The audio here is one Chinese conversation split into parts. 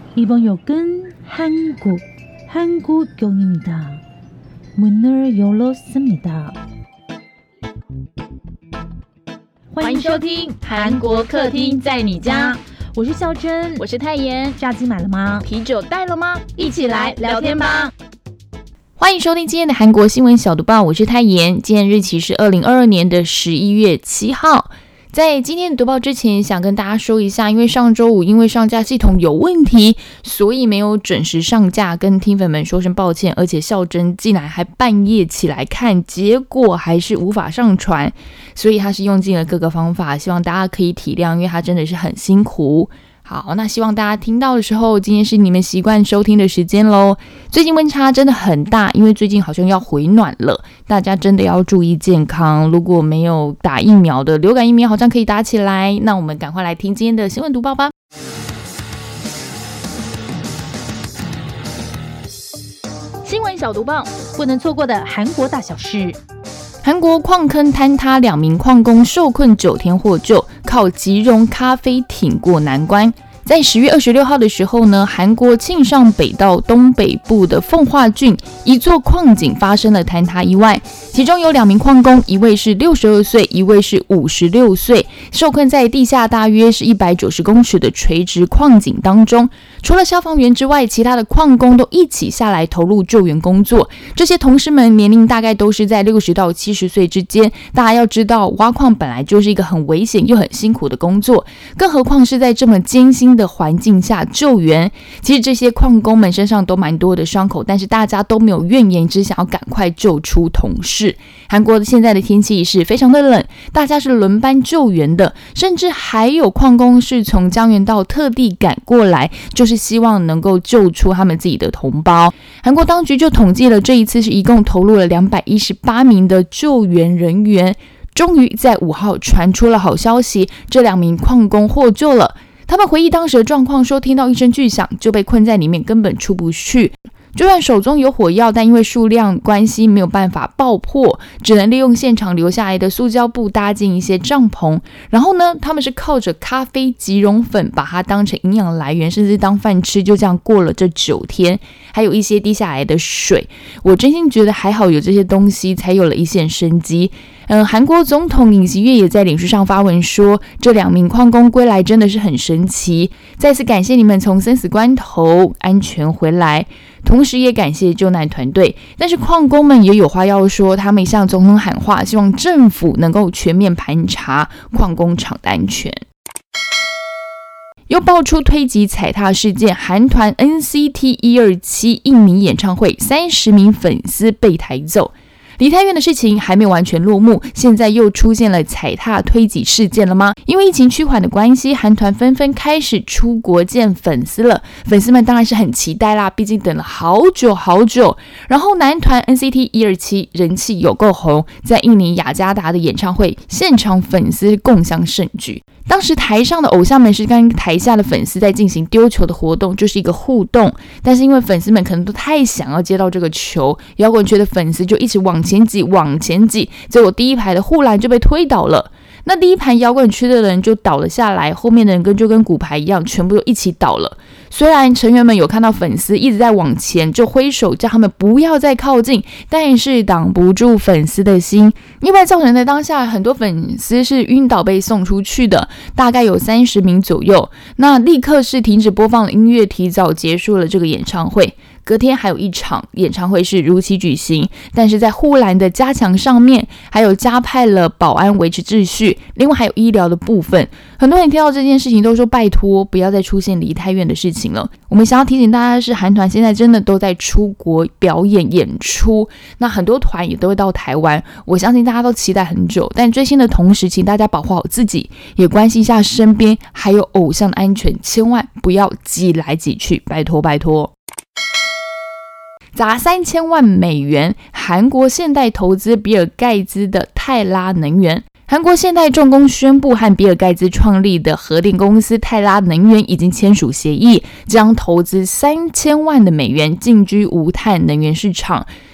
이번 역은 한국역입니다. 문을 열었습니다. 欢迎收听韩国客厅在你家， 我是孝珍， 我是泰妍。 炸鸡买了吗？ 啤酒带了吗？一起来聊天吧。欢迎收听今天的韩国新闻小读报，我是泰妍。今天日期是2022年的11月7号。在今天的读报之前，想跟大家说一下，因为上周五因为上架系统有问题，所以没有准时上架，跟听粉们说声抱歉。而且孝珍竟然还半夜起来看，结果还是无法上传，所以他是用尽了各个方法，希望大家可以体谅，因为他真的是很辛苦。好，那希望大家听到的时候，今天是你们习惯收听的时间咯。最近温差真的很大，因为最近好像要回暖了，大家真的要注意健康。如果没有打疫苗的，流感疫苗好像可以打起来。那我们赶快来听今天的新闻读报吧。新闻小读报， 不能错过的韩国大小事。 韩国矿坑坍塌，2名矿工受困9天获救，靠即溶咖啡挺过难关。在10月26号的时候呢，韩国庆尚北道东北部的奉化郡一座矿井发生了坍塌意外，其中有2名矿工，一位是62岁，一位是56岁，受困在地下大约是190公尺的垂直矿井当中。除了消防员之外，其他的矿工都一起下来投入救援工作。这些同事们年龄大概都是在60到70岁之间。大家要知道，挖矿本来就是一个很危险又很辛苦的工作，更何况是在这么艰辛的环境下救援。其实这些矿工们身上都蛮多的伤口，但是大家都没有怨言，只想要赶快救出同事。韩国现在的天气是非常的冷，大家是轮班救援的，甚至还有矿工是从江原道特地赶过来，就是希望能够救出他们自己的同胞。韩国当局就统计了，这一次是一共投入了218名的救援人员。终于在5号传出了好消息，这2名矿工获救了。他们回忆当时的状况说，听到一声巨响就被困在里面，根本出不去。就算手中有火药，但因为数量关系没有办法爆破，只能利用现场留下来的塑胶布搭建一些帐篷。然后呢，他们是靠着咖啡即溶粉把它当成营养来源，甚至当饭吃，就这样过了这9天。还有一些滴下来的水，我真心觉得还好有这些东西，才有了一线生机。韩国总统尹锡悦也在脸书上发文说，这2名矿工归来真的是很神奇，再次感谢你们从生死关头安全回来，同时也感谢救难团队。但是矿工们也有话要说，他们向总统喊话，希望政府能够全面盘查矿工厂的安全。又爆出推挤踩踏事件，韩团 NCT 127印尼演唱会30名粉丝被抬走。梨泰院的事情还没完全落幕，现在又出现了踩踏推挤事件了吗？因为疫情趋缓的关系，韩团纷纷开始出国见粉丝了。粉丝们当然是很期待啦，毕竟等了好久好久。然后男团 NCT 127人气有够红，在印尼雅加达的演唱会现场，粉丝共襄盛举。当时台上的偶像们是跟台下的粉丝在进行丢球的活动，就是一个互动。但是因为粉丝们可能都太想要接到这个球，摇滚区的粉丝就一直往前挤，结果第一排的护栏就被推倒了。那第一排摇滚区的人就倒了下来，后面的人就跟骨牌一样，全部都一起倒了。虽然成员们有看到粉丝一直在往前，就挥手叫他们不要再靠近，但是挡不住粉丝的心。意外造成的当下，很多粉丝是晕倒被送出去的，大概有30名左右。那立刻是停止播放了音乐，提早结束了这个演唱会。隔天还有一场演唱会是如期举行，但是在护栏的加强上面，还有加派了保安维持秩序，另外还有医疗的部分。很多人听到这件事情都说拜托不要再出现梨泰院的事情了。我们想要提醒大家的是，韩团现在真的都在出国表演演出，那很多团也都会到台湾，我相信大家都期待很久。但追星的同时，请大家保护好自己，也关心一下身边还有偶像的安全，千万不要挤来挤去，拜托拜托。砸3000万美元，韩国现代投资比尔盖茨的泰拉能源。韩国现代重工宣布和比尔盖茨创立的核电公司泰拉能源已经签署协议，将投资3000万的美元进军无碳能源市场。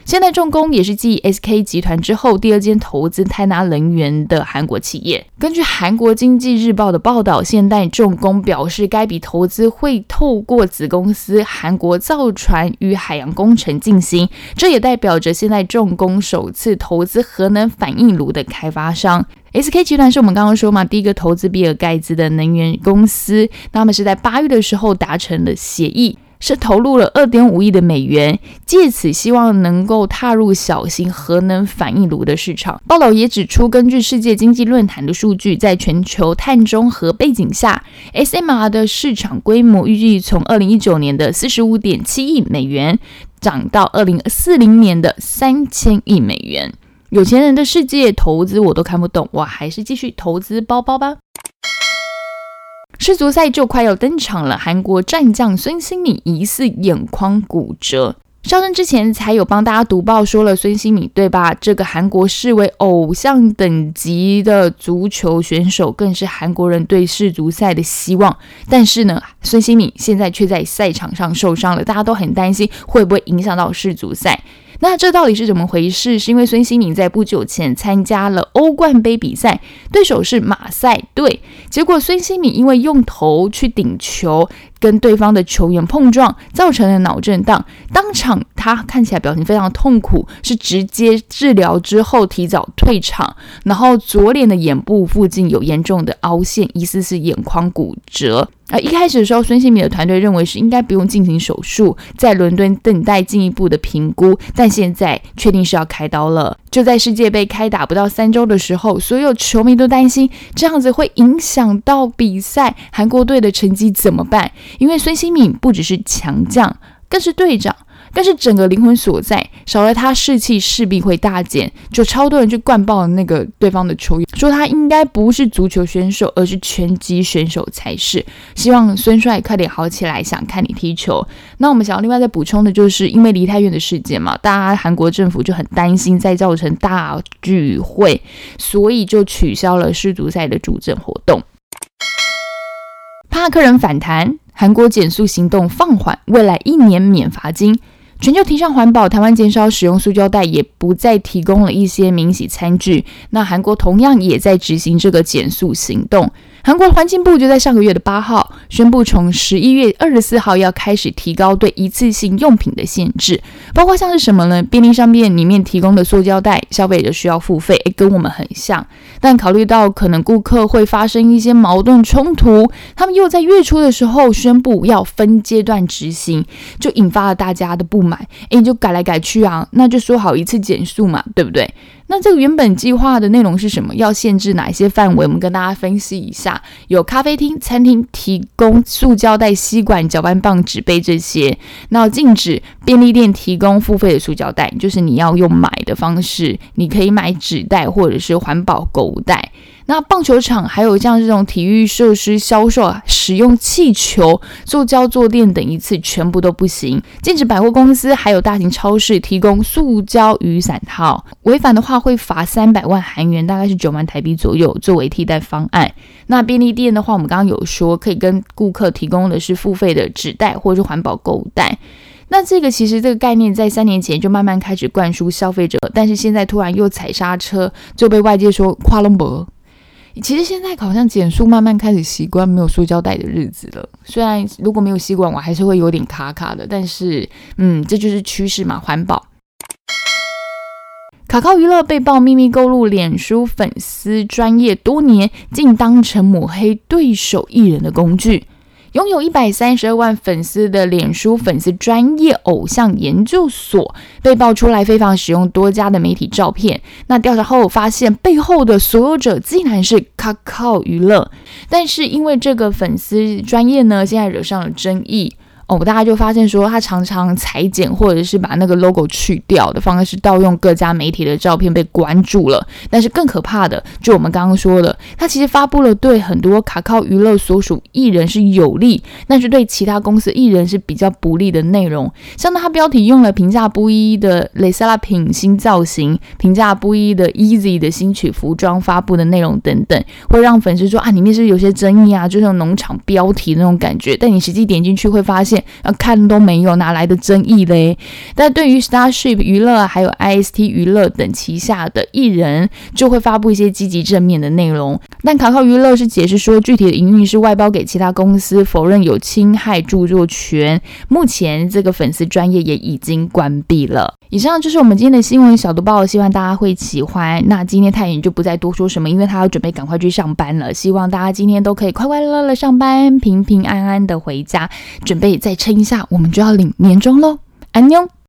现代重工也是继 SK 集团之后第二间投资泰达能源的韩国企业。根据韩国经济日报的报道，现代重工表示该笔投资会透过子公司韩国造船与海洋工程进行，这也代表着现代重工首次投资核能反应炉的开发商。SK 集团是我们刚刚说嘛，第一个投资比尔盖茨的能源公司，那他们是在8月的时候达成了协议，是投入了2.5亿的美元，借此希望能够踏入小型核能反应炉的市场。报道也指出，根据世界经济论坛的数据，在全球碳中和背景下， SMR 的市场规模预计从2019年的 45.7 亿美元涨到2040年的3000亿美元。有钱人的世界投资我都看不懂，我还是继续投资包包吧。世足赛就快要登场了，韩国战将孙兴慜疑似眼眶骨折。绍申之前才有帮大家读报说了孙兴慜，对吧？这个韩国视为偶像等级的足球选手，更是韩国人对世足赛的希望。但是呢，孙兴慜现在却在赛场上受伤了，大家都很担心会不会影响到世足赛。那这到底是怎么回事？是因为孙兴慜在不久前参加了欧冠杯比赛，对手是马赛队，结果孙兴慜因为用头去顶球，跟对方的球员碰撞，造成了脑震荡。当场他看起来表情非常痛苦，是直接治疗之后提早退场，然后左脸的眼部附近有严重的凹陷，疑似是眼眶骨折。一开始的时候，孙兴慜的团队认为是应该不用进行手术，在伦敦等待进一步的评估，但现在确定是要开刀了。就在世界杯开打不到3周的时候，所有球迷都担心这样子会影响到比赛，韩国队的成绩怎么办？因为孙兴慜不只是强将，更是队长，更是整个灵魂所在，少了他士气势必会大减。就超多人去灌爆了那个对方的球员，说他应该不是足球选手，而是拳击选手才是。希望孙帅快点好起来，想看你踢球。那我们想要另外再补充的就是，因为梨泰院的事件嘛，大家韩国政府就很担心再造成大聚会，所以就取消了世足赛的助阵活动。怕客人反弹，韩国减塑行动放缓，未来1年免罚金。全球提倡环保，台湾减少使用塑胶袋，也不再提供了一些免洗餐具。那韩国同样也在执行这个减塑行动。韩国环境部就在上个月的8号宣布，从11月24号要开始提高对一次性用品的限制，包括像是什么呢？便利商店里面提供的塑胶袋，消费者需要付费，跟我们很像。但考虑到可能顾客会发生一些矛盾冲突，他们又在月初的时候宣布要分阶段执行，就引发了大家的不满。你就改来改去啊，那就说好一次减塑嘛，对不对？那这个原本计划的内容是什么？要限制哪一些范围？我们跟大家分析一下。有咖啡厅、餐厅提供塑胶袋、吸管、搅拌棒、纸杯这些。那禁止便利店提供付费的塑胶袋，就是你要用买的方式，你可以买纸袋或者是环保购物袋。那棒球场还有像这种体育设施销售使用气球、塑胶坐垫等一次全部都不行。禁止百货公司还有大型超市提供塑胶雨伞套，违反的话会罚300万韩元，大概是9万台币左右，作为替代方案。那便利店的话，我们刚刚有说可以跟顾客提供的是付费的纸袋或者是环保购物袋。那这个其实这个概念在3年前就慢慢开始灌输消费者，但是现在突然又踩刹车，就被外界说跨龙博。其实现在好像减塑慢慢开始习惯没有塑胶袋的日子了，虽然如果没有吸管我还是会有点卡卡的，但是这就是趋势嘛，环保。卡卡娱乐被曝秘密购入脸书粉丝专页多年，竟当成抹黑对手艺人的工具。拥有132万粉丝的脸书粉丝专业偶像研究所被爆出来非法使用多家的媒体照片，那调查后发现背后的所有者竟然是卡卡娱乐，但是因为这个粉丝专业呢现在惹上了争议，大家就发现说他常常裁剪或者是把那个 logo 去掉的方式盗用各家媒体的照片被关注了。但是更可怕的就我们刚刚说的，他其实发布了对很多卡卡娱乐所属艺人是有利，但是对其他公司艺人是比较不利的内容，像他标题用了评价不一的蕾莎拉品新造型，评价不一的 Easy 的新曲服装发布的内容等等，会让粉丝说里面是有些争议啊，就是农场标题那种感觉，但你实际点进去会发现看都没有，哪来的争议嘞？但对于 Starship 娱乐还有 IST 娱乐等旗下的艺人，就会发布一些积极正面的内容。但卡靠娱乐是解释说，具体的营运是外包给其他公司，否认有侵害著作权。目前这个粉丝专页也已经关闭了。以上就是我们今天的新闻小读报，希望大家会喜欢。那今天太妍就不再多说什么，因为他要准备赶快去上班了。希望大家今天都可以快快乐乐上班，平平安安的回家，准备再撑一下，我们就要领年终咯。安妞。